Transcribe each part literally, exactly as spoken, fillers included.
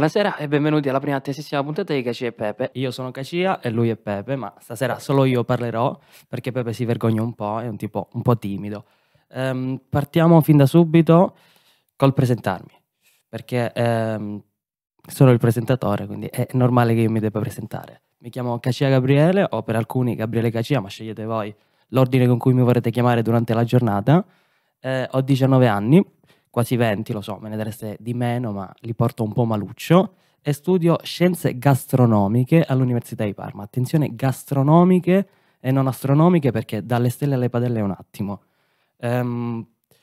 Buonasera e benvenuti alla prima attesissima puntata di Cacia e Pepe. Io sono Cacia e lui è Pepe, ma stasera solo io parlerò perché Pepe si vergogna un po', è un tipo un po' timido. Ehm, partiamo fin da subito col presentarmi, perché ehm, sono il presentatore, quindi è normale che io mi debba presentare. Mi chiamo Cacia Gabriele, o per alcuni Gabriele Cacia, ma scegliete voi l'ordine con cui mi vorrete chiamare durante la giornata. Eh, ho diciannove anni, quasi venti, lo so, me ne dareste di meno, ma li porto un po' maluccio, e studio scienze gastronomiche all'Università di Parma. Attenzione, gastronomiche e non astronomiche, perché dalle stelle alle padelle è un attimo. Ehm,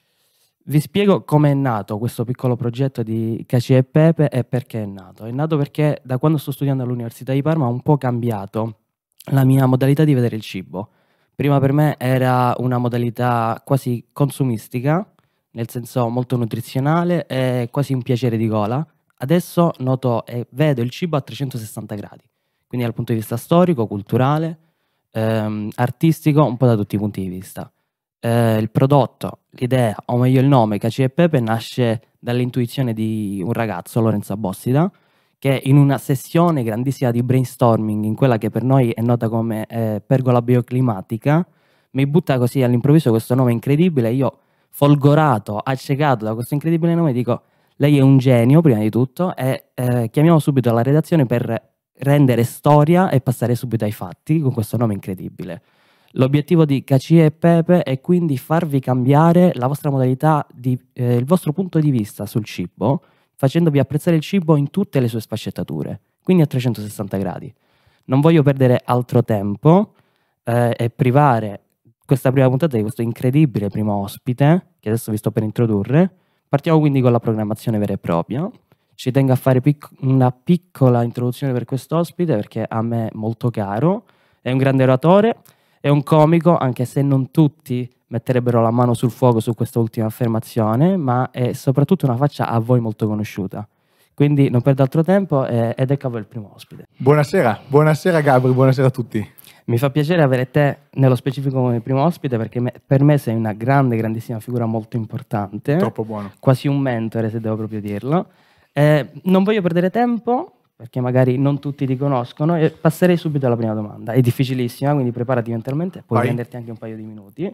vi spiego come è nato questo piccolo progetto di Caci e Pepe e perché è nato. È nato perché da quando sto studiando all'Università di Parma ho un po' cambiato la mia modalità di vedere il cibo. Prima per me era una modalità quasi consumistica, nel senso molto nutrizionale e quasi un piacere di gola. Adesso noto e vedo il cibo a trecentosessanta gradi, quindi dal punto di vista storico, culturale, ehm, artistico, un po' da tutti i punti di vista. Eh, il prodotto, l'idea, o meglio il nome, Caci e Pepe, nasce dall'intuizione di un ragazzo, Lorenzo Abbostida, che in una sessione grandissima di brainstorming, in quella che per noi è nota come eh, pergola bioclimatica, mi butta così all'improvviso questo nome incredibile. Io, folgorato, accecato da questo incredibile nome, dico: lei è un genio, prima di tutto, e eh, chiamiamo subito la redazione per rendere storia e passare subito ai fatti con questo nome incredibile. L'obiettivo di Caci e Pepe è quindi farvi cambiare la vostra modalità, di, eh, il vostro punto di vista sul cibo, facendovi apprezzare il cibo in tutte le sue sfaccettature, quindi a trecentosessanta gradi. Non voglio perdere altro tempo eh, e privare questa prima puntata di questo incredibile primo ospite, che adesso vi sto per introdurre. Partiamo quindi con la programmazione vera e propria. Ci tengo a fare pic- una piccola introduzione per quest'ospite, perché a me è molto caro. È un grande oratore, è un comico, anche se non tutti metterebbero la mano sul fuoco su questa ultima affermazione, ma è soprattutto una faccia a voi molto conosciuta. Quindi non perdo altro tempo eh, ed ecco a voi il primo ospite. Buonasera, buonasera Gabri, buonasera a tutti. Mi fa piacere avere te nello specifico come primo ospite, perché me, per me sei una grande, grandissima figura molto importante. Troppo buono. Quasi un mentore, se devo proprio dirlo. Eh, non voglio perdere tempo, perché magari non tutti ti conoscono, e passerei subito alla prima domanda. È difficilissima, quindi preparati mentalmente, puoi Vai. prenderti anche un paio di minuti.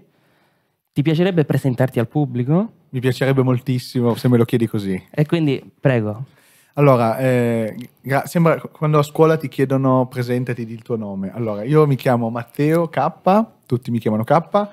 Ti piacerebbe presentarti al pubblico? Mi piacerebbe moltissimo se me lo chiedi così. E quindi, prego. Allora, eh, gra- sembra quando a scuola ti chiedono presentati, di il tuo nome. Allora, io mi chiamo Matteo K, tutti mi chiamano K,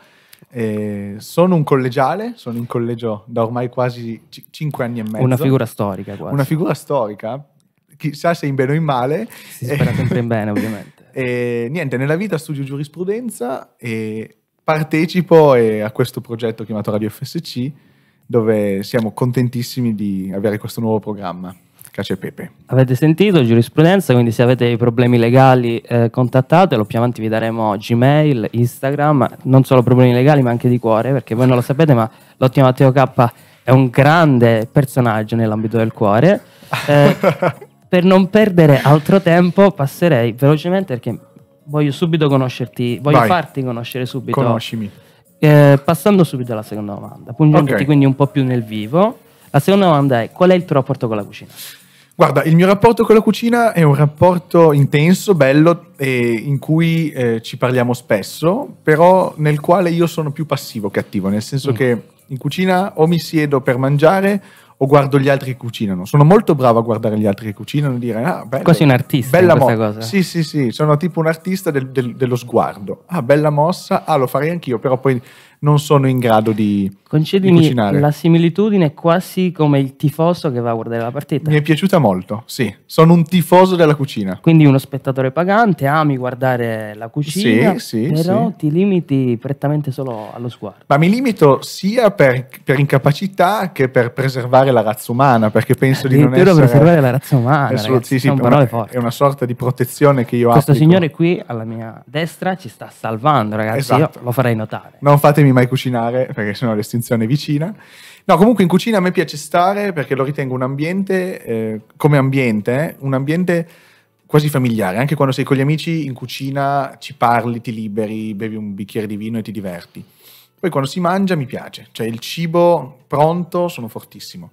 eh, sono un collegiale, sono in collegio da ormai quasi c- cinque anni e mezzo. Una figura storica quasi. Una figura storica, chissà se in bene o in male. Si spera sempre in bene, ovviamente. E niente, nella vita studio giurisprudenza e partecipo eh, a questo progetto chiamato Radio F S C, dove siamo contentissimi di avere questo nuovo programma, Caci e Pepe. Avete sentito giurisprudenza, quindi se avete dei problemi legali eh, contattatelo. Più avanti vi daremo Gmail, Instagram, non solo problemi legali ma anche di cuore, perché voi non lo sapete, ma l'ottimo Matteo K è un grande personaggio nell'ambito del cuore. Eh, per non perdere altro tempo passerei velocemente, perché voglio subito conoscerti, voglio Vai. farti conoscere subito. Conoscimi. Eh, passando subito alla seconda domanda, pungendoti Ok. quindi un po' più nel vivo. La seconda domanda è: qual è il tuo rapporto con la cucina? Guarda, il mio rapporto con la cucina è un rapporto intenso, bello, e in cui eh, ci parliamo spesso, però nel quale io sono più passivo che attivo, nel senso Mm. che in cucina o mi siedo per mangiare o guardo gli altri che cucinano. Sono molto bravo a guardare gli altri che cucinano e dire: ah, bello, Quasi un artista bella in questa mo- cosa. Sì, sì, sì, sono tipo un artista del- del- dello sguardo. Ah, bella mossa, ah, lo farei anch'io, però poi non sono in grado di, di Concedimi cucinare. la similitudine quasi come il tifoso che va a guardare la partita. Mi è piaciuta molto, sì. Sono un tifoso della cucina. Quindi uno spettatore pagante, ami guardare la cucina, Sì, sì, però sì. ti limiti prettamente solo allo sguardo. Ma mi limito sia per, per incapacità che per preservare la razza umana, perché penso di non Addirittura essere... preservare la razza umana, Assolut- ragazzi, sì, sì, sono è parole una, forti. è una sorta di protezione che io Questo applico. signore qui alla mia destra ci sta salvando, ragazzi, Esatto. io lo farei notare. Non fatemi mai cucinare, perché sennò l'estinzione è vicina. No, comunque in cucina a me piace stare perché lo ritengo un ambiente, eh, come ambiente, eh, un ambiente quasi familiare. Anche quando sei con gli amici in cucina ci parli, ti liberi, bevi un bicchiere di vino e ti diverti. Poi quando si mangia mi piace, cioè il cibo pronto sono fortissimo.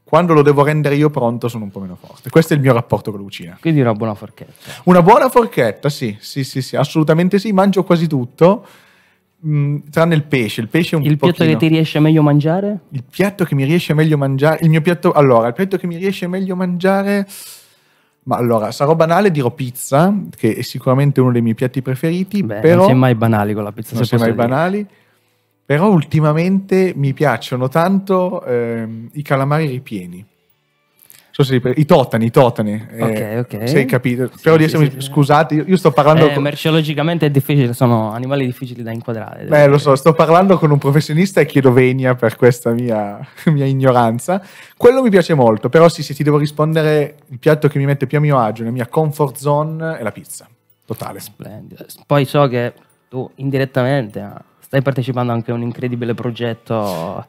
Quando lo devo rendere io pronto sono un po' meno forte. Questo è il mio rapporto con la cucina. Quindi una buona forchetta. Una buona forchetta, sì, sì, sì, sì, assolutamente sì. Mangio quasi tutto, mh, tranne il pesce. Il pesce è un Il piatto pochino... che ti riesce meglio mangiare? Il piatto che mi riesce meglio mangiare... Il mio piatto... Allora, il piatto che mi riesce meglio mangiare... Ma allora, sarò banale, dirò pizza, che è sicuramente uno dei miei piatti preferiti. Beh, però... non si è mai banali con la pizza. Non se si è mai posso dire. banali. Però ultimamente mi piacciono tanto ehm, i calamari ripieni. So se I totani, i totani. eh, Ok, ok. Se hai capito. Sì, Però di sì, essermi... sì, sì. Scusate, io, io sto parlando... Eh, con... merceologicamente è difficile, sono animali difficili da inquadrare. devo Beh, lo dire. so, sto parlando con un professionista e chiedo venia per questa mia, mia ignoranza. Quello mi piace molto, però sì, se ti devo rispondere, il piatto che mi mette più a mio agio, nella mia comfort zone, è la pizza. Totale. Splendido. Poi so che tu indirettamente ah, stai partecipando anche a un incredibile progetto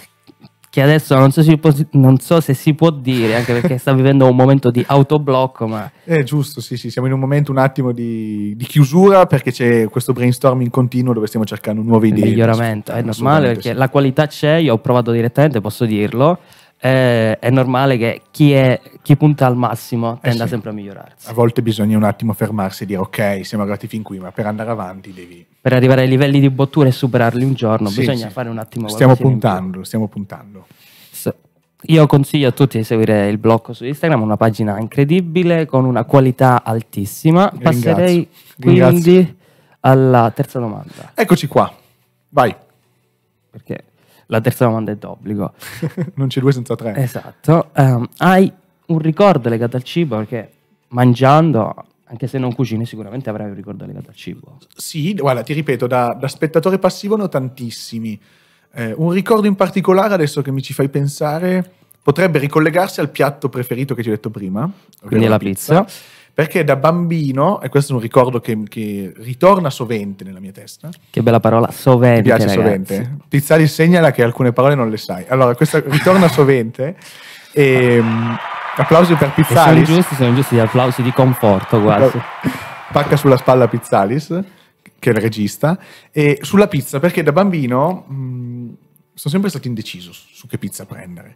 che adesso non so, se si può, non so se si può dire, anche perché sta vivendo un momento di autoblocco, ma È giusto, sì, sì, siamo in un momento un attimo di, di chiusura perché c'è questo brainstorming continuo dove stiamo cercando nuove il idee. miglioramento è normale Assolutamente perché sì. la qualità c'è, io ho provato direttamente, posso dirlo. Eh, è normale che chi, è, chi punta al massimo tenda sì. sempre a migliorarsi. A volte bisogna un attimo fermarsi e dire ok, siamo arrivati fin qui, ma per andare avanti devi... Per arrivare ai livelli di bottura e superarli un giorno Sì, bisogna sì. fare un attimo Stiamo qualcosina in più. puntando, stiamo puntando. S- Io consiglio a tutti di seguire il blog su Instagram, una pagina incredibile con una qualità altissima. Passerei Ringrazio. quindi Ringrazio. alla terza domanda, Eccoci qua, vai. perché la terza domanda è d'obbligo. Non c'è due senza tre. Esatto. Ehm, hai un ricordo legato al cibo? Perché mangiando, anche se non cucini, sicuramente avrai un ricordo legato al cibo. Sì, guarda, ti ripeto, da, da spettatore passivo ne ho tantissimi. Eh, un ricordo in particolare, adesso che mi ci fai pensare, potrebbe ricollegarsi al piatto preferito che ti ho detto prima, ovvero Quindi la pizza. Perché da bambino, e questo è un ricordo che, che ritorna sovente nella mia testa. Che bella parola, sovente. Ti piace ragazzi. sovente? Pizzali segnala che alcune parole non le sai. Allora, questa ritorna sovente. E, um, applausi per E sono Pizzalis. giusti, sono giusti gli applausi di conforto quasi. Pacca sulla spalla Pizzalis, che è il regista. E sulla pizza, perché da bambino mh, sono sempre stato indeciso su che pizza prendere.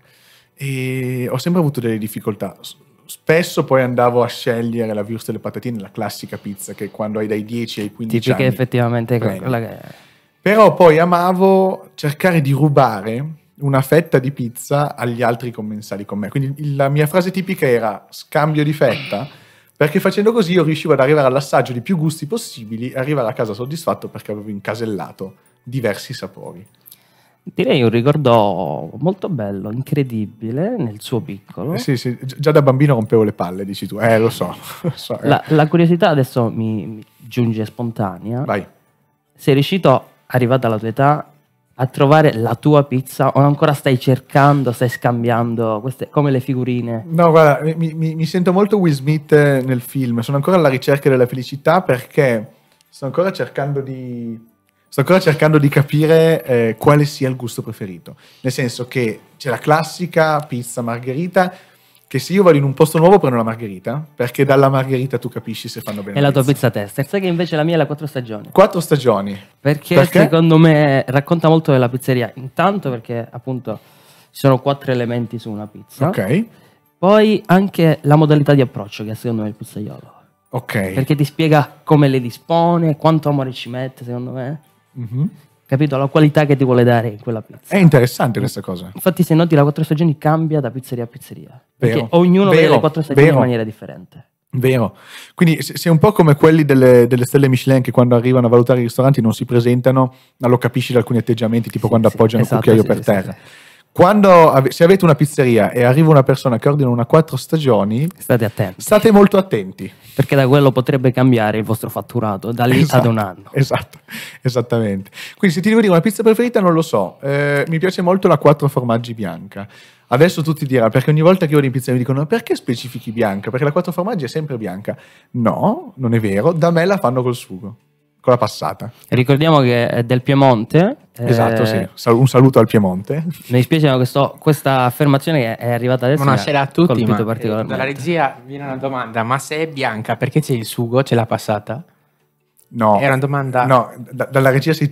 E ho sempre avuto delle difficoltà. Spesso poi andavo a scegliere la würstel e le patatine, la classica pizza che quando hai dai dieci ai quindici Tipica anni effettivamente prendi. quella che... Però poi amavo cercare di rubare una fetta di pizza agli altri commensali con me. Quindi il- la mia frase tipica era scambio di fetta, perché facendo così io riuscivo ad arrivare all'assaggio di più gusti possibili e arrivare a casa soddisfatto perché avevo incasellato diversi sapori. Direi un ricordo molto bello, incredibile nel suo piccolo. Eh sì, sì, gi- già da bambino rompevo le palle, dici tu. Eh, lo so. lo so, eh. La, la curiosità adesso mi, mi giunge spontanea. Vai. Sei riuscito, arrivata alla tua età, a trovare la tua pizza o ancora stai cercando, stai scambiando queste come le figurine? No, guarda, mi, mi- mi sento molto Will Smith eh, nel film. Sono ancora alla ricerca della felicità perché sto ancora cercando di, sto ancora cercando di capire eh, quale sia il gusto preferito. Nel senso che c'è la classica pizza margherita, che se io vado in un posto nuovo prendo la margherita, perché dalla margherita tu capisci se fanno bene È la tua pizza tester. Sai che invece la mia è la quattro stagioni. Quattro stagioni. Perché, Perché? secondo me racconta molto della pizzeria. Intanto perché appunto ci sono quattro elementi su una pizza. Ok, Poi anche la modalità di approccio che è secondo me il pizzaiolo. ok. Perché ti spiega come le dispone, quanto amore ci mette secondo me. Mhm. Capito? La qualità che ti vuole dare in quella pizza. È interessante questa cosa. Infatti se noti la quattro stagioni cambia da pizzeria a pizzeria. Perché Vero. ognuno vede Vero. le quattro stagioni Vero. in maniera differente. Vero, quindi se- sei un po' come quelli delle, delle stelle Michelin che quando arrivano a valutare i ristoranti non si presentano, ma lo capisci da alcuni atteggiamenti, tipo Sì, quando sì, appoggiano esatto, il cucchiaio sì, per sì, terra. sì, sì. Quando ave- se avete una pizzeria e arriva una persona che ordina una quattro stagioni, State attenti. state molto attenti. Perché da quello potrebbe cambiare il vostro fatturato da lì Esatto, ad un anno. Esatto, esattamente. Quindi se ti devo dire una pizza preferita non lo so. Eh, mi piace molto la quattro formaggi bianca. Adesso tutti diranno, perché ogni volta che vado in pizzeria mi dicono perché specifichi bianca? Perché la quattro formaggi è sempre bianca. No, non è vero, da me la fanno col sugo, con la passata. Ricordiamo che è del Piemonte. Esatto, eh, sì. Sal- un saluto al Piemonte. Mi dispiace ma questo- questa affermazione che è arrivata adesso. Buonasera mi a ha tutti, colpito ma eh, particolarmente. dalla regia viene una domanda, ma se è bianca perché c'è il sugo, ce l'ha passata? No. Era una domanda... No, da- dalla regia sei tu.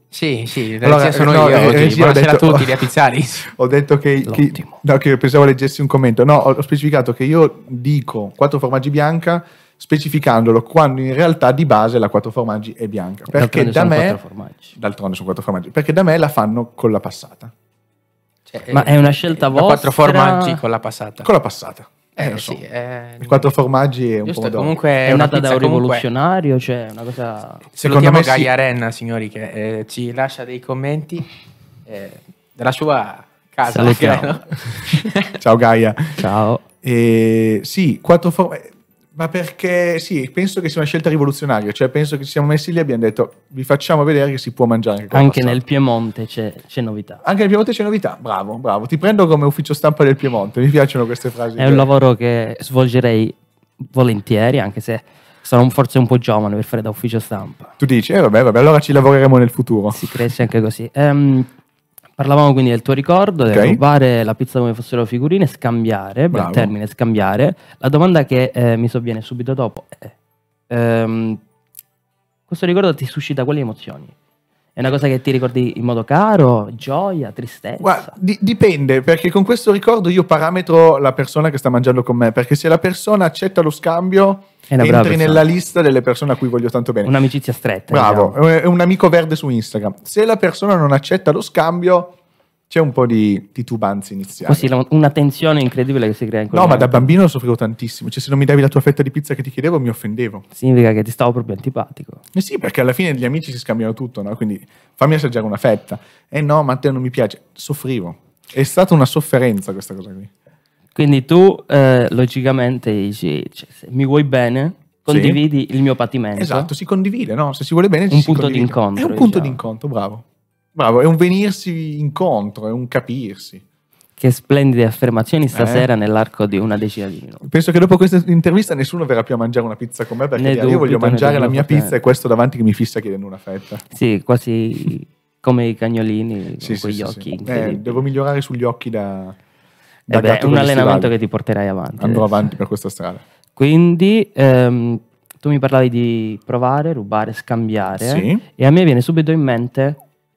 Sì, sì, Allora, regia sono no, io eh, oggi. regia, ho Buonasera detto- a tutti, via Pizzaris. Ho detto che, che, L'ottimo. no, che pensavo leggessi un commento. No, ho, ho specificato che io dico quattro formaggi bianca specificandolo quando in realtà di base la quattro formaggi è bianca. Perché D'altronde da sono me, quattro formaggi. d'altronde sono quattro formaggi, perché da me la fanno con la passata. Cioè, Ma eh, è una scelta da quattro vostra? formaggi con la passata. Con la passata. Eh, Eh, lo so. sì, eh, I quattro formaggi e un giusto, pomodoro. comunque È, è una nata da pizza un comunque. rivoluzionario, cioè una cosa... Secondo Salutiamo me sì. Gaia Renna, signori, che eh, ci lascia dei commenti eh, della sua casa. Salutiamo. credo. Ciao Gaia. Ciao. E, sì, quattro formaggi. Ma perché sì, penso che sia una scelta rivoluzionaria, cioè penso che ci siamo messi lì e abbiamo detto vi facciamo vedere che si può mangiare anche con la Anche passata. nel Piemonte c'è, c'è novità. Anche nel Piemonte c'è novità, bravo, bravo. Ti prendo come ufficio stampa del Piemonte, mi piacciono queste frasi. È un lavoro che svolgerei volentieri, anche se sono forse un po' giovane per fare da ufficio stampa. Tu dici, eh vabbè, vabbè, allora ci lavoreremo nel futuro. Si cresce anche così. Ehm, parlavamo quindi del tuo ricordo, Ok. del rubare la pizza come fossero figurine, scambiare, bel Bravo. termine scambiare. La domanda che eh, mi sovviene subito dopo è, ehm, questo ricordo ti suscita quali emozioni? È una cosa che ti ricordi in modo caro, gioia, tristezza? Guarda, di- dipende, perché con questo ricordo io parametro la persona che sta mangiando con me, perché se la persona accetta lo scambio, È una brava entri persona. nella lista delle persone a cui voglio tanto bene. Un'amicizia stretta. Bravo, diciamo. è un amico verde su Instagram. Se la persona non accetta lo scambio, c'è un po' di titubanza iniziale. Così la- una tensione incredibile che si crea in quel No, ma da momento. bambino lo soffrivo tantissimo. Cioè, se non mi davi la tua fetta di pizza che ti chiedevo, mi offendevo. Significa che ti stavo proprio antipatico. Eh sì, perché alla fine gli amici si scambiano tutto, no? Quindi fammi assaggiare una fetta. Eh no, ma a te non mi piace. Soffrivo. È stata una sofferenza questa cosa qui. Quindi tu eh, logicamente dici, cioè, se mi vuoi bene, condividi il mio patimento. Esatto, si condivide, no? Se si vuole bene, Un ci si punto condivide. d'incontro, È un punto diciamo. d'incontro, bravo. Bravo, è un venirsi incontro, è un capirsi. Che splendide affermazioni stasera Eh. nell'arco di una decina di minuti. Penso che dopo questa intervista nessuno verrà più a mangiare una pizza con me perché Ne dirà, io voglio dubito, ne mangiare la dubito mia pizza fortemente. e questo davanti che mi fissa chiedendo una fetta. Sì, quasi come i cagnolini con Sì, sì, quegli sì, occhi sì. Eh, incredibili. devo migliorare sugli occhi da, da Eh beh, gatto è un con gli allenamento stivali. che ti porterai avanti. Andrò adesso. avanti per questa strada. Quindi ehm, tu mi parlavi di provare, rubare, scambiare Sì. e a me viene subito in mente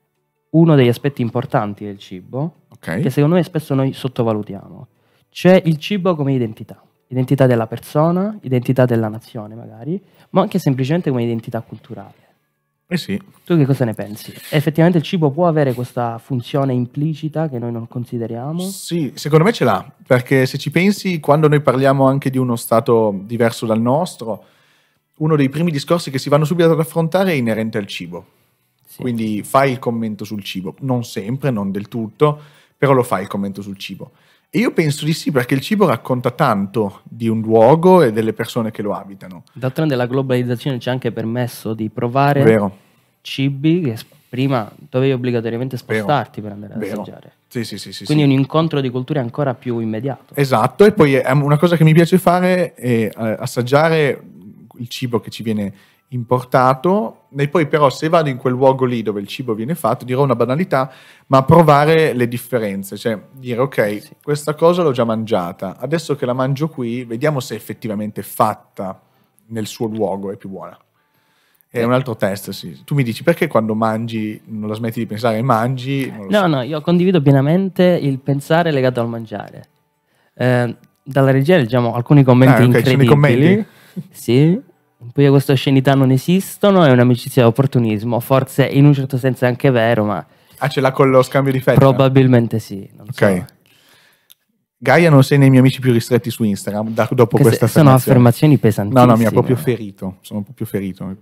uno degli aspetti importanti del cibo Ok. che secondo me spesso noi sottovalutiamo. C'è il cibo come identità, identità della persona, identità della nazione magari, ma anche semplicemente come identità culturale. Eh sì. Tu che cosa ne pensi? Effettivamente il cibo può avere questa funzione implicita che noi non consideriamo? Sì, secondo me ce l'ha, perché se ci pensi, quando noi parliamo anche di uno stato diverso dal nostro, uno dei primi discorsi che si vanno subito ad affrontare è inerente al cibo. Sì. Quindi fai il commento sul cibo, non sempre, non del tutto, però lo fai il commento sul cibo. E io penso di sì, perché il cibo racconta tanto di un luogo e delle persone che lo abitano. D'altronde la globalizzazione ci ha anche permesso di provare Vero? cibi che s- prima dovevi obbligatoriamente Vero. spostarti per andare ad Vero. assaggiare. Sì, sì, sì, sì. Quindi sì. un incontro di culture ancora più immediato. Esatto, e poi è una cosa che mi piace fare è eh, assaggiare il cibo che ci viene importato e poi però se vado in quel luogo lì dove il cibo viene fatto, dirò una banalità, ma provare le differenze, cioè dire ok, Sì. questa cosa l'ho già mangiata, adesso che la mangio qui, vediamo se è effettivamente fatta nel suo luogo è più buona. È Eh. un altro test, sì. Tu mi dici perché quando mangi non la smetti di pensare e mangi? Non lo No, so. no, io condivido pienamente il pensare legato al mangiare. Eh, dalla regia leggiamo alcuni commenti Ah, ok, ci sono i incredibili. commenti? Sì. Poi queste oscenità non esistono, è un'amicizia opportunismo. Forse in un certo senso è anche vero, ma Ah, ce l'ha con lo scambio di fetta? probabilmente sì. Non Ok. so. Gaia non sei nei miei amici più ristretti su Instagram da- dopo Che questa se- sono affermazione. affermazioni pesantissime. No, no, mi ha proprio ferito. Sono proprio ferito.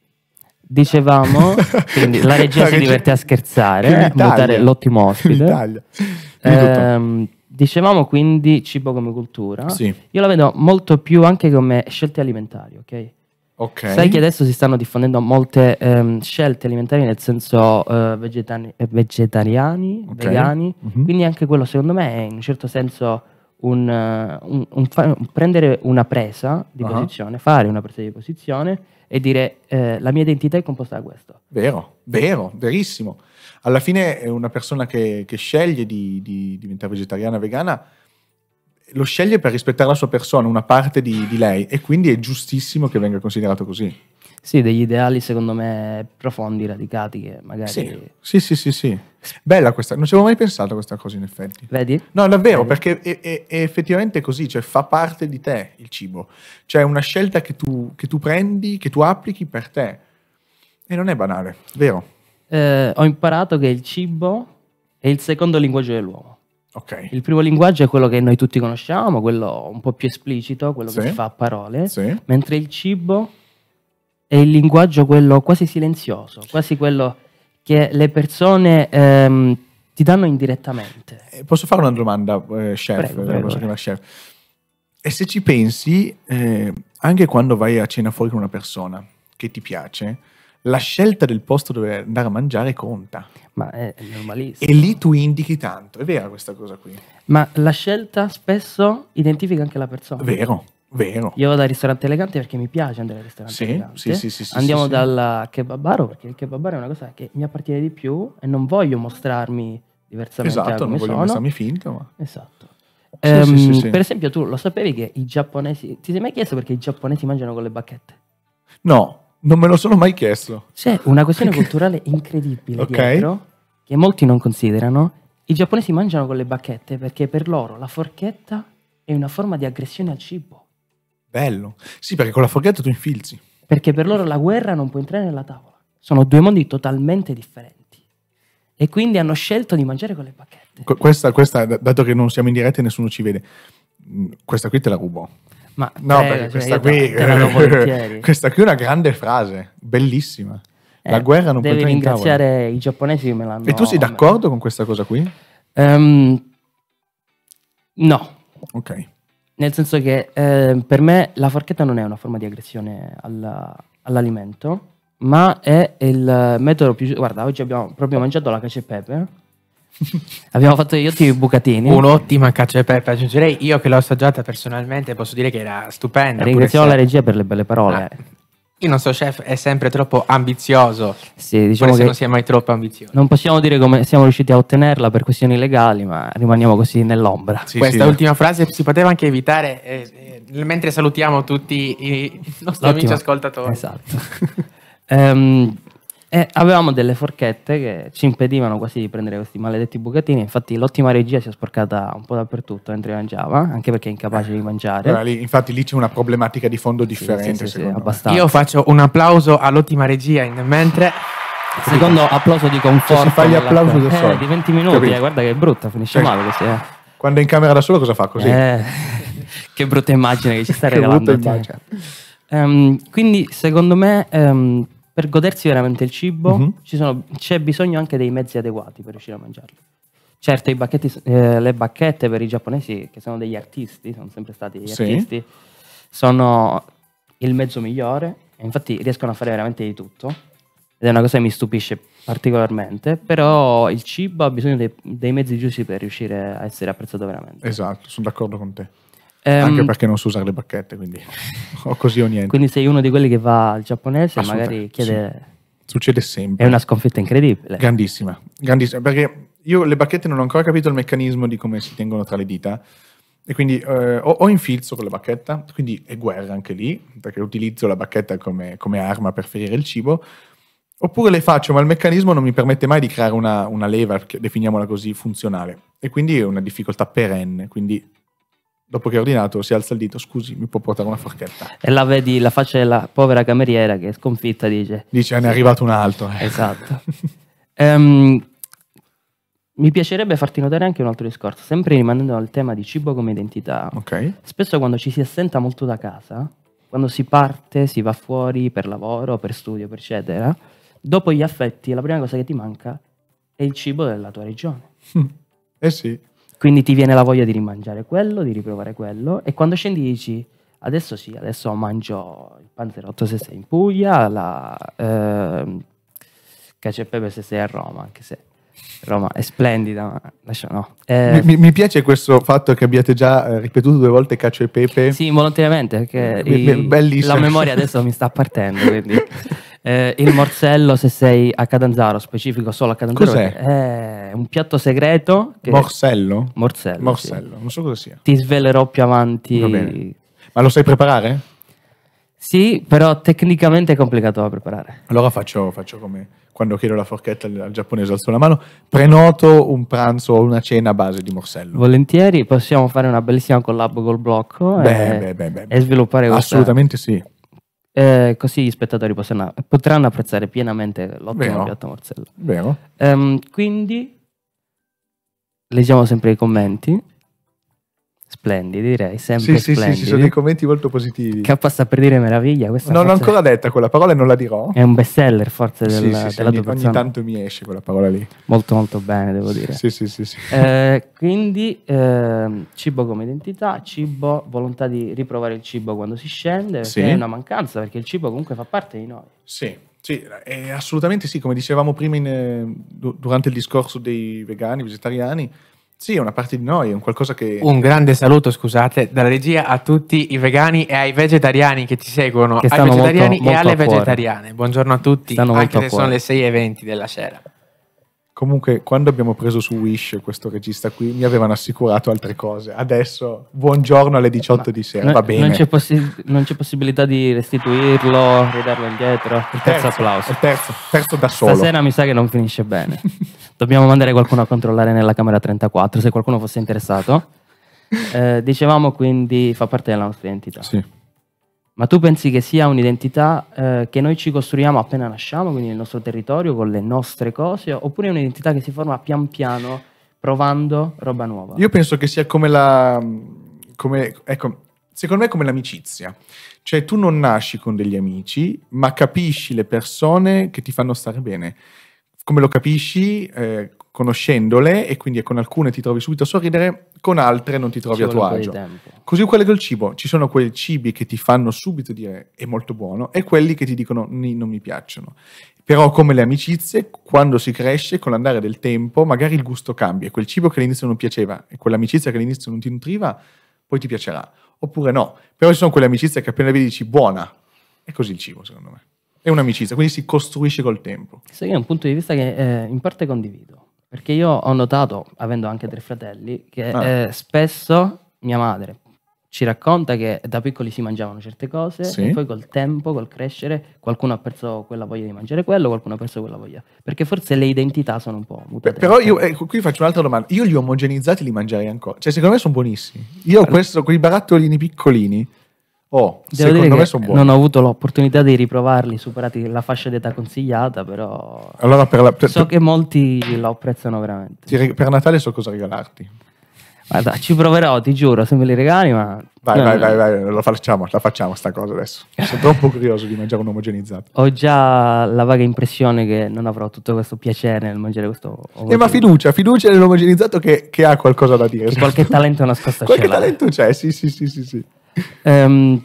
Dicevamo, quindi la regia si regia- diverte a Che scherzare, mi a mutare taglia. l'ottimo ospite. Mi taglia. Dimmi tutto. Ehm, dicevamo quindi cibo come cultura. Sì. Io la vedo molto più anche come scelte alimentari, ok? Ok. Sai che adesso si stanno diffondendo molte ehm, scelte alimentari nel senso eh, vegetani- eh, vegetariani, Ok. vegani, Mhm. quindi anche quello secondo me è in un certo senso un, eh, un- un fa- un prendere una presa di Ah. posizione, fare una presa di posizione e dire eh, la mia identità è composta da questo. Vero, vero, verissimo. Alla fine è una persona che, che sceglie di, di diventare vegetariana, vegana, lo sceglie per rispettare la sua persona, una parte di, di lei, e quindi è giustissimo che venga considerato così. Sì, degli ideali secondo me profondi, radicati, che magari... Sì, sì, sì, sì, sì. Bella questa, non ci avevo mai pensato a questa cosa in effetti. Vedi? No, davvero, Vedi? perché è, è- è effettivamente così, cioè fa parte di te il cibo. Cioè è una scelta che tu, che tu prendi, che tu applichi per te. E non è banale, vero? Eh, ho imparato che il cibo è il secondo linguaggio dell'uomo. Ok. Il primo linguaggio è quello che noi tutti conosciamo, quello un po' più esplicito, quello che Sì. si fa a parole, Sì. mentre il cibo è il linguaggio quello quasi silenzioso, quasi quello che le persone ehm, ti danno indirettamente. Eh, Posso fare una domanda, eh, chef? Prego, Eh, prego. posso chiamare chef? E se ci pensi, eh, anche quando vai a cena fuori con una persona che ti piace, la scelta del posto dove andare a mangiare conta. Ma è è normalissimo. E lì tu indichi tanto, è vera questa cosa qui? Ma la scelta spesso identifica anche la persona. Vero, vero. Io vado al ristorante elegante perché mi piace andare al ristorante Sì, elegante. sì, sì, sì, sì, Andiamo sì, sì. dal kebabaro perché il kebabaro è una cosa che mi appartiene di più e non voglio mostrarmi diversamente da Esatto, come non voglio sono. mostrarmi finto, ma... Esatto. Sì, Ehm, sì, sì, sì. Per esempio, tu lo sapevi che i giapponesi. Ti sei mai chiesto perché i giapponesi mangiano con le bacchette? No, non me lo sono mai chiesto. C'è una questione culturale incredibile Ok. dietro che molti non considerano. I giapponesi mangiano con le bacchette perché per loro la forchetta è una forma di aggressione al cibo. Bello. Sì, perché con la forchetta tu infilzi. Perché per loro la guerra non può entrare nella tavola. Sono due mondi totalmente differenti. E quindi hanno scelto di mangiare con le bacchette. Qu- Questa, questa, d- dato che non siamo in diretta e nessuno ci vede, mh, questa qui te la rubo. Ma No, prego, perché cioè, questa io qui, te- te la do volentieri. questa qui è una grande frase, bellissima. La Eh, guerra non può devi entrare in tavola. ringraziare i giapponesi che me l'hanno. E tu sei d'accordo con questa cosa qui? Ehm, no, Ok. nel senso che eh, per me la forchetta non è una forma di aggressione alla- all'alimento, ma è il metodo più. Guarda, oggi abbiamo proprio mangiato la cacio e pepe. Abbiamo fatto gli ottimi bucatini. Un'ottima cacio e pepe, aggiungerei. Io che l'ho assaggiata personalmente posso dire che era stupenda. Ringraziamo pur la se- regia per le belle parole. Ah, il nostro chef è sempre troppo ambizioso, Sì, diciamo pure se che non sia mai troppo ambizioso. non possiamo dire come siamo riusciti a ottenerla per questioni legali, ma rimaniamo così nell'ombra. Sì, Questa sì. ultima frase si poteva anche evitare eh, eh, mentre salutiamo tutti i nostri amici L'ultima- ascoltatori. Esatto. Ehm, e avevamo delle forchette che ci impedivano quasi di prendere questi maledetti bucatini. Infatti, l'ottima regia si è sporcata un po' dappertutto mentre mangiava, anche perché è incapace di mangiare. Allora, lì- infatti lì c'è una problematica di fondo differente, sì, sì, sì, secondo me. abbastanza. Io faccio un applauso all'ottima regia in mentre Secondo applauso di conforto. Cioè, si fa gli nella- applausi da eh, soli. di venti minuti, Capito? eh, guarda che è brutta, finisce Sì. male così. Eh. Quando è in camera da solo cosa fa? Così? Eh, che brutta immagine che ci sta Che regalando. brutta te. immagine. Ehm, quindi, secondo me, ehm, per godersi veramente il cibo, Mhm. ci sono- c'è bisogno anche dei mezzi adeguati per riuscire a mangiarlo. Certo, i bacchetti, eh, le bacchette per i giapponesi, che sono degli artisti, sono sempre stati degli Sì. artisti, sono il mezzo migliore. E infatti riescono a fare veramente di tutto. Ed è una cosa che mi stupisce particolarmente. Però il cibo ha bisogno dei, dei mezzi giusti per riuscire a essere apprezzato veramente. Esatto, sono d'accordo con te. Ehm, Anche perché non so usare le bacchette, quindi o così o niente. Quindi sei uno di quelli che va al giapponese e magari Assolutamente, chiede. Succede sempre. È una sconfitta incredibile. Grandissima, grandissima, perché io le bacchette non ho ancora capito il meccanismo di come si tengono tra le dita e quindi eh, o, o infilzo con la bacchetta, quindi è guerra anche lì, perché utilizzo la bacchetta come, come arma per ferire il cibo, oppure le faccio, ma il meccanismo non mi permette mai di creare una, una leva, che- definiamola così, funzionale, e quindi è una difficoltà perenne, quindi dopo che ho ordinato si alza il dito, scusi, mi può portare una forchetta? E là vedi la faccia della povera cameriera che è sconfitta, dice. Dice, ne è arrivato un altro. eh. Esatto. Ehm, mi piacerebbe farti notare anche un altro discorso, sempre rimanendo al tema di cibo come identità. Ok, Spesso quando ci si assenta molto da casa, quando si parte, si va fuori per lavoro, per studio, per eccetera, dopo gli affetti la prima cosa che ti manca è il cibo della tua regione. eh sì. Quindi ti viene la voglia di rimangiare quello, di riprovare quello, e quando scendi dici adesso sì, adesso mangio il panzerotto se sei in Puglia, la ehm, cacio e pepe se sei a Roma, anche se Roma è splendida, ma lascia no. Eh, Mi, mi- mi piace questo fatto che abbiate già eh, ripetuto due volte cacio e pepe. Sì, involontariamente, perché Be- be- i- bellissimo. la memoria adesso mi sta partendo, quindi Eh, il morsello, se sei a Catanzaro, specifico solo a Catanzaro, Cos'è? è un piatto segreto. Che... Morsello? Morsello. Morsello, sì. non so cosa sia. Ti svelerò più avanti. Va bene. Ma lo sai preparare? Sì, però tecnicamente è complicato da preparare. Allora faccio, faccio come quando chiedo la forchetta al, al giapponese, alzo la mano, prenoto un pranzo o una cena a base di morsello. Volentieri, possiamo fare una bellissima collab col blocco Beh, e, beh, beh, beh, e sviluppare questa. Assolutamente sì. Eh, così gli spettatori possono- potranno apprezzare pienamente l'ottimo Vero. piatto morsello. Vero? Ehm, quindi leggiamo sempre i commenti. Splendidi, direi, sempre Sì, sì, sì, splendidi. ci sono dei commenti molto positivi. K sta per dire meraviglia. Questa Non l'ho forse ancora detta quella parola e non la dirò. è un best seller forse del- Sì, sì, sì, della ogni, tua ogni persona. tanto mi esce quella parola lì. Molto molto bene, devo dire. Sì, sì, sì, sì. Eh, quindi ehm, cibo come identità, cibo, volontà di riprovare il cibo quando si scende, Sì. che è una mancanza perché il cibo comunque fa parte di noi. Sì, sì, eh, assolutamente sì, come dicevamo prima in, eh, du- durante il discorso dei vegani, vegetariani, sì, è una parte di noi, è un qualcosa che... Un grande saluto, scusate, dalla regia a tutti i vegani e ai vegetariani che ci seguono, Che ai stanno vegetariani molto- e molto alle a cuore. vegetariane. Buongiorno a tutti, Stanno molto anche a se cuore. sono le sei e venti della sera. Comunque, quando abbiamo preso su Wish questo regista qui, mi avevano assicurato altre cose. Adesso, buongiorno alle diciotto di sera, Non- va bene. Non c'è, possi- non c'è possibilità di restituirlo, ridarlo indietro. Il terzo, applauso. Il terzo, terzo da solo. Stasera mi sa che non finisce bene. Dobbiamo mandare qualcuno a controllare nella camera trentaquattro, se qualcuno fosse interessato. Eh, dicevamo quindi fa parte della nostra identità. Sì. Ma tu pensi che sia un'identità eh, che noi ci costruiamo appena nasciamo, quindi nel nostro territorio, con le nostre cose, oppure è un'identità che si forma pian piano, provando roba nuova? Io penso che sia come la... Come, ecco, secondo me è come l'amicizia. Cioè tu non nasci con degli amici, ma capisci le persone che ti fanno stare bene. Come lo capisci? Eh, conoscendole, e quindi con alcune ti trovi subito a sorridere, con altre non ti trovi Ci a tuo vuole un po' agio. di tempo. Così uguale col cibo, ci sono quei cibi che ti fanno subito dire è molto buono e quelli che ti dicono "Ni- non mi piacciono". Però come le amicizie, quando si cresce, con l'andare del tempo, magari il gusto cambia. Quel cibo che all'inizio non piaceva e quell'amicizia che all'inizio non ti nutriva, poi ti piacerà. Oppure no. Però ci sono quelle amicizie che appena vedi dici buona. È così il cibo, secondo me. È un'amicizia, quindi si costruisce col tempo. Questo è un punto di vista che eh, in parte condivido, perché io ho notato, avendo anche tre fratelli, che Ah. eh, spesso mia madre ci racconta che da piccoli si mangiavano certe cose Sì. e poi col tempo, col crescere, qualcuno ha perso quella voglia di mangiare quello, qualcuno ha perso quella voglia. Perché forse le identità sono un po' Beh, mutate. però io ecco, qui faccio un'altra domanda. Io li omogenizzati li mangerei ancora. Cioè, secondo me sono buonissimi. Io ho questo, quei barattolini piccolini. Oh, Devo secondo dire me che sono buoni. non ho avuto l'opportunità di riprovarli, superati la fascia d'età consigliata, però Allora per, la- per- so che molti lo apprezzano veramente. ti reg- per Natale so cosa regalarti. Guarda, ci proverò, ti giuro, se me li regali, ma... Vai, no, vai, no. vai, vai, lo facciamo, la facciamo sta cosa adesso. Sono troppo curioso di mangiare un omogenizzato. Ho già la vaga impressione che non avrò tutto questo piacere nel mangiare questo... Eh, ma fiducia, fiducia nell'omogenizzato che, che ha qualcosa da dire. Che qualche talento nascosto Qualche ce l'ha. talento c'è, sì, sì, sì, sì, sì. Ehm,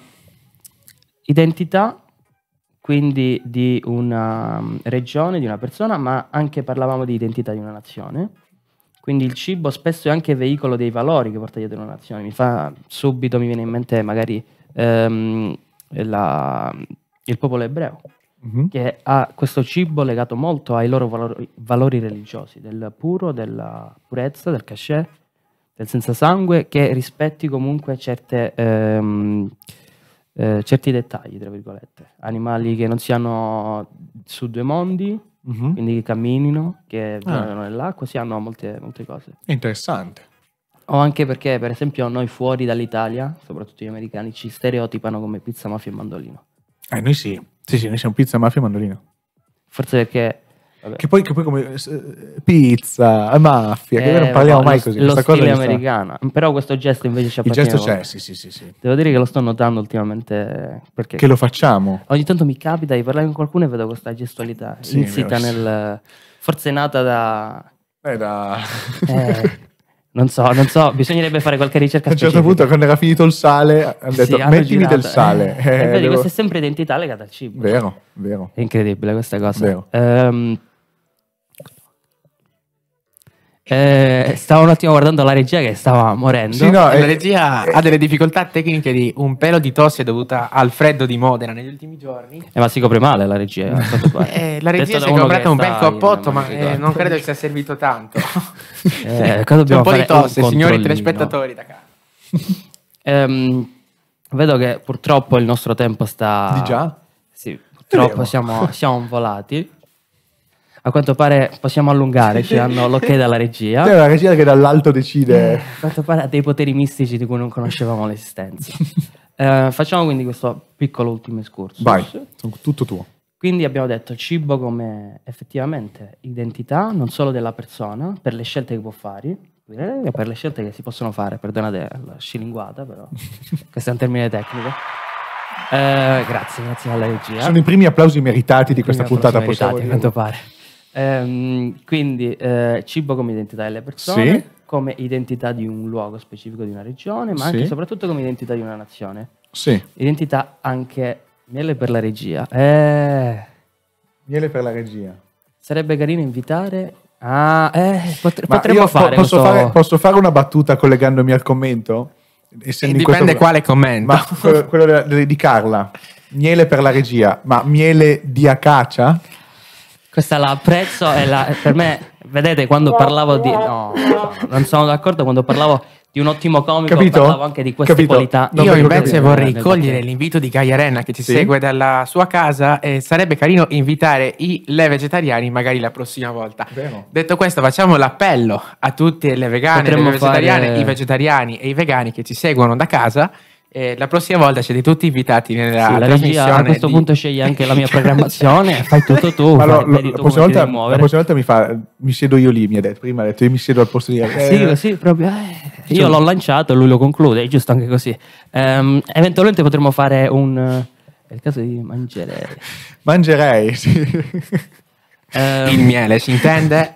identità, quindi di una um, regione, di una persona, ma anche parlavamo di identità di una nazione. Quindi il cibo spesso è anche veicolo dei valori che porta dietro una nazione. Mi fa subito, mi viene in mente magari ehm, la- il popolo ebreo, Mhm. che ha questo cibo legato molto ai loro valori, valori religiosi, del puro, della purezza, del cachè, del senza sangue, che rispetti comunque certe, ehm, eh, certi dettagli, tra virgolette. Animali che non siano su due mondi, Mhm. quindi che camminino, che Ah. viaggiano nell'acqua, si hanno molte, molte cose. È interessante. O anche perché, per esempio, noi fuori dall'Italia, soprattutto gli americani, ci stereotipano come pizza, mafia e mandolino. Eh, noi sì. Sì, sì, noi siamo pizza, mafia e mandolino. Forse perché... vabbè, Che poi, che poi come eh, pizza, mafia, che eh, noi non parliamo vabbè, mai lo, così. lo Questa cosa stile mi sta- americano. Però questo gesto invece ci Il appartiene gesto c'è, molto. sì, sì, sì, sì. Devo dire che lo sto notando ultimamente, perché Che lo facciamo. ogni tanto mi capita di parlare con qualcuno e vedo questa gestualità Sì, insita vero, sì. nel... Forse è nata da... Eh, da... eh, non so, non so, bisognerebbe fare qualche ricerca A un certo specifica. punto, quando era finito il sale, hanno Sì, detto hanno mettimi girato. del sale. Eh, Eh, e vedi, devo- questa è sempre identità legata al cibo. Vero, vero. È incredibile questa cosa. Vero. Ehm, Eh, stavo un attimo guardando la regia che stava morendo. Sì, no, Eh, la eh, regia ha delle difficoltà tecniche di un pelo di tosse dovuta al freddo di Modena negli ultimi giorni. Eh, ma si copre male la regia. a quanto pare. Eh, la Detto regia da si è uno comprata che un bel sta in cappotto, ma eh, magnificato. non credo che sia servito tanto. Eh, cosa C'è dobbiamo un po' di fare? tosse, Un signori controllino. telespettatori da casa. Ehm, vedo che purtroppo il nostro tempo sta... Di già? Sì, purtroppo vero. siamo, siamo volati. A quanto pare possiamo allungare, ci danno l'ok dalla regia. C'è una regia che dall'alto Eh, decide. a quanto pare ha dei poteri mistici di cui non conoscevamo l'esistenza. Eh, facciamo quindi questo piccolo ultimo escursus. Vai, sono tutto tuo. Quindi abbiamo detto cibo come effettivamente identità non solo della persona, per le scelte che può fare, eh, per le scelte che si possono fare, perdonate la scilinguata, però questo è un termine tecnico. Eh, grazie, grazie alla regia. Sono i primi applausi meritati di questa Prima puntata, prossima possiamo meritati, a dire. quanto pare. Ehm, quindi eh, cibo come identità delle persone, Sì. come identità di un luogo specifico di una regione, ma anche Sì. e soprattutto come identità di una nazione. Sì, Identità anche miele per la regia. Eh, miele per la regia. sarebbe carino invitare. Ah, eh, potre- Ma potremmo io po- fare posso, questo- fare, posso fare una battuta collegandomi al commento? Essendo E in dipende questo- quale commento. Ma quello, quello della- della- di Carla. Miele per la regia, ma miele di acacia? Questa la apprezzo e la, per me, vedete, quando parlavo di... No, no, non sono d'accordo, quando parlavo di un ottimo comico Capito? parlavo anche di queste Capito? qualità. Non Io vengo invece capito. vorrei Nel cogliere pacchetto. l'invito di Gaia Renna che ci Sì? segue dalla sua casa e sarebbe carino invitare i le vegetariani magari la prossima volta. Vero. Detto questo, facciamo l'appello a tutte le vegane, Potremmo le vegetariane, fare- i vegetariani e i vegani che ci seguono da casa. E la prossima volta siete tutti invitati nella Sì, la trasmissione. regia a questo di- punto sceglie anche la mia programmazione, fai tutto tu, Ma lo- fai- lo- vedi la, tu prossima come ti volta, devi la muovere. prossima volta mi fa mi siedo io lì, mi ha detto. Prima ha detto io mi siedo al posto di eh, Sì, così proprio. eh, io l'ho lanciato e lui lo conclude, è giusto anche così. Ehm, eventualmente potremmo fare un... eh, È il caso di mangiare. Mangerei, sì. Ehm, Il miele, si intende?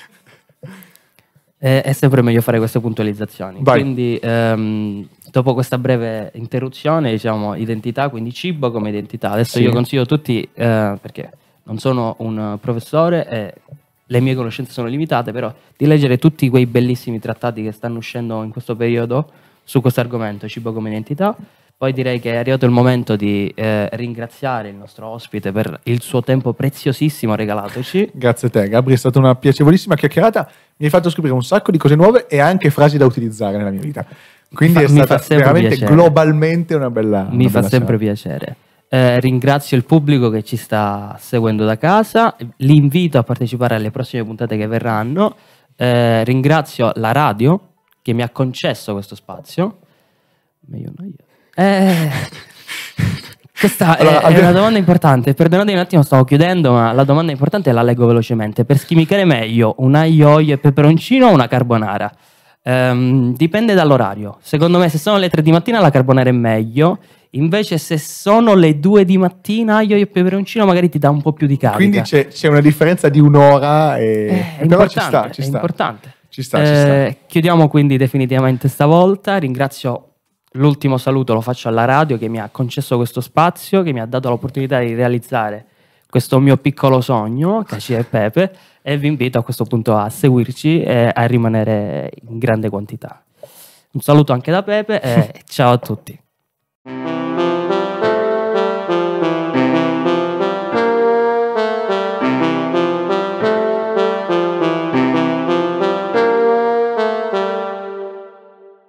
Eh, è sempre meglio fare queste puntualizzazioni. Vai. Quindi, ehm, dopo questa breve interruzione, diciamo identità, quindi cibo come identità. Adesso Sì. io consiglio a tutti, eh, perché non sono un professore e le mie conoscenze sono limitate, però di leggere tutti quei bellissimi trattati che stanno uscendo in questo periodo su questo argomento, cibo come identità. Poi direi che è arrivato il momento di eh, ringraziare il nostro ospite per il suo tempo preziosissimo regalatoci. Grazie a te, Gabri, è stata una piacevolissima chiacchierata. Mi hai fatto scoprire un sacco di cose nuove e anche frasi da utilizzare nella mia vita. Quindi Fa- è mi stata fa sempre veramente piacere. globalmente una bella. Mi una fa bella sempre serata. piacere. Eh, ringrazio il pubblico che ci sta seguendo da casa, li invito a partecipare alle prossime puntate che verranno. Eh, ringrazio la radio che mi ha concesso questo spazio. Meglio no io. Eh, questa Allora, è, è abbiamo- una domanda importante. Perdonatemi un attimo, stavo chiudendo, ma la domanda importante la leggo velocemente. Per schimicare meglio, un aglio, olio e peperoncino o una carbonara? Ehm, dipende dall'orario. Secondo me, se sono le tre di mattina, la carbonara è meglio. Invece, se sono le due di mattina, aglio e peperoncino magari ti dà un po' più di carica. Quindi c'è, c'è una differenza di un'ora, e... Eh, è però ci importante, sta, ci è sta. importante. Ci sta, ci sta. Eh, chiudiamo quindi definitivamente stavolta. Ringrazio l'ultimo saluto, lo faccio alla radio che mi ha concesso questo spazio, che mi ha dato l'opportunità di realizzare questo mio piccolo sogno, Cacia e Pepe, e vi invito a questo punto a seguirci e a rimanere in grande quantità. Un saluto anche da Pepe e ciao a tutti.